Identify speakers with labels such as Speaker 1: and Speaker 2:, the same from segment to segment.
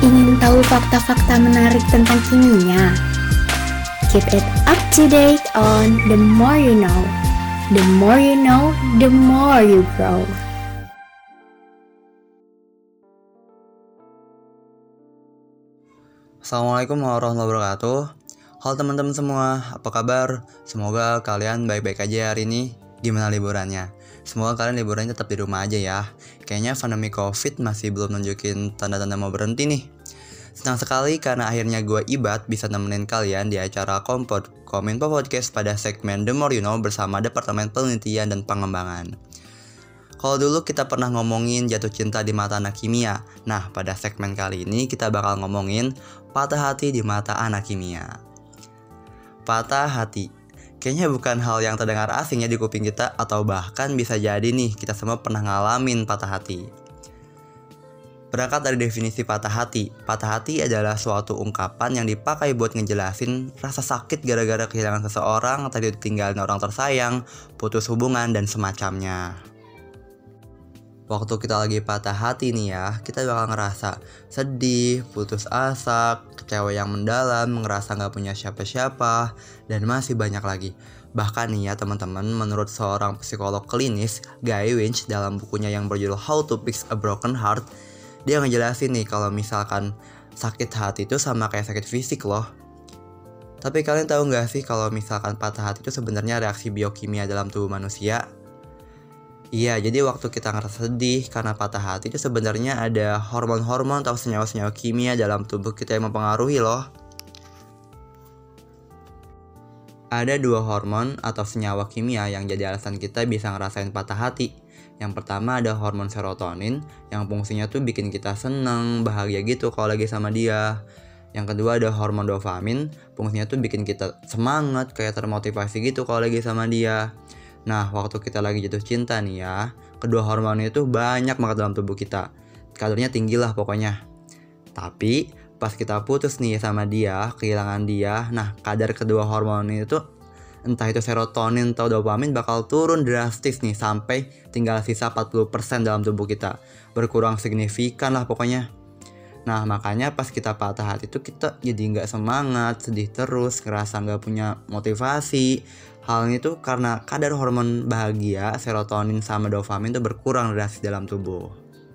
Speaker 1: Ingin tahu fakta-fakta menarik tentang kimia? Keep it up to date on The More You Know. The more you know, the more you grow.
Speaker 2: Assalamualaikum warahmatullahi wabarakatuh. Halo teman-teman semua, apa kabar? Semoga kalian baik-baik aja hari ini. Gimana liburannya? Semoga kalian liburannya tetap di rumah aja ya. Kayaknya pandemi COVID masih belum nunjukin tanda-tanda mau berhenti nih. Senang sekali karena akhirnya gue Ibad bisa nemenin kalian di acara Kominfo Podcast pada segmen The More You Know bersama Departemen Penelitian dan Pengembangan. Kalau dulu kita pernah ngomongin jatuh cinta di mata anak kimia. Nah, pada segmen kali ini kita bakal ngomongin patah hati di mata anak kimia. Patah hati. Kayaknya bukan hal yang terdengar asing ya di kuping kita, atau bahkan bisa jadi nih kita semua pernah ngalamin patah hati. Berangkat dari definisi patah hati adalah suatu ungkapan yang dipakai buat ngejelasin rasa sakit gara-gara kehilangan seseorang, tadi ditinggalin orang tersayang, putus hubungan, dan semacamnya. Waktu kita lagi patah hati nih ya, kita bakal ngerasa sedih, putus asa, kecewa yang mendalam, ngerasa gak punya siapa-siapa, dan masih banyak lagi. Bahkan nih ya teman-teman, menurut seorang psikolog klinis, Guy Winch, dalam bukunya yang berjudul How to Fix a Broken Heart, dia ngejelasin nih kalau misalkan sakit hati itu sama kayak sakit fisik loh. Tapi kalian tahu gak sih kalau misalkan patah hati itu sebenarnya reaksi biokimia dalam tubuh manusia? Iya, jadi waktu kita ngerasa sedih karena patah hati itu sebenarnya ada hormon-hormon atau senyawa-senyawa kimia dalam tubuh kita yang mempengaruhi loh. Ada dua hormon atau senyawa kimia yang jadi alasan kita bisa ngerasain patah hati. Yang pertama ada hormon serotonin yang fungsinya tuh bikin kita seneng, bahagia gitu kalau lagi sama dia. Yang kedua ada hormon dopamin, fungsinya tuh bikin kita semangat, kayak termotivasi gitu kalau lagi sama dia. Nah, waktu kita lagi jatuh cinta nih ya, kedua hormon itu banyak banget dalam tubuh kita. Kadarnya tinggi lah pokoknya. Tapi, pas kita putus nih sama dia, kehilangan dia, nah kadar kedua hormon itu, entah itu serotonin atau dopamin bakal turun drastis nih sampai tinggal sisa 40% dalam tubuh kita. Berkurang signifikan lah pokoknya. Nah, makanya pas kita patah hati itu kita jadi gak semangat, sedih terus, ngerasa gak punya motivasi. Hal ini tuh karena kadar hormon bahagia, serotonin sama dopamin tuh berkurang drastis dalam tubuh.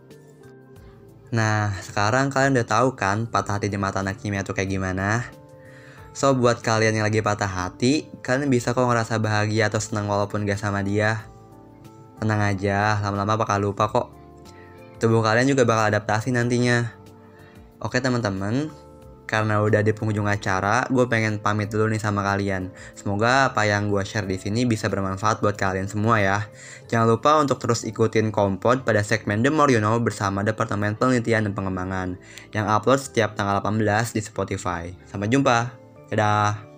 Speaker 2: Nah, sekarang kalian udah tahu kan patah hati di mata anak kimia tuh kayak gimana? So, buat kalian yang lagi patah hati, kalian bisa kok ngerasa bahagia atau senang walaupun gak sama dia. Tenang aja, lama-lama bakal lupa kok. Tubuh kalian juga bakal adaptasi nantinya. Oke teman-teman, karena udah di penghujung acara, gue pengen pamit dulu nih sama kalian. Semoga apa yang gue share di sini bisa bermanfaat buat kalian semua ya. Jangan lupa untuk terus ikutin Kompod pada segmen The More You Know bersama Departemen Penelitian dan Pengembangan yang upload setiap tanggal 18 di Spotify. Sampai jumpa. Dadah.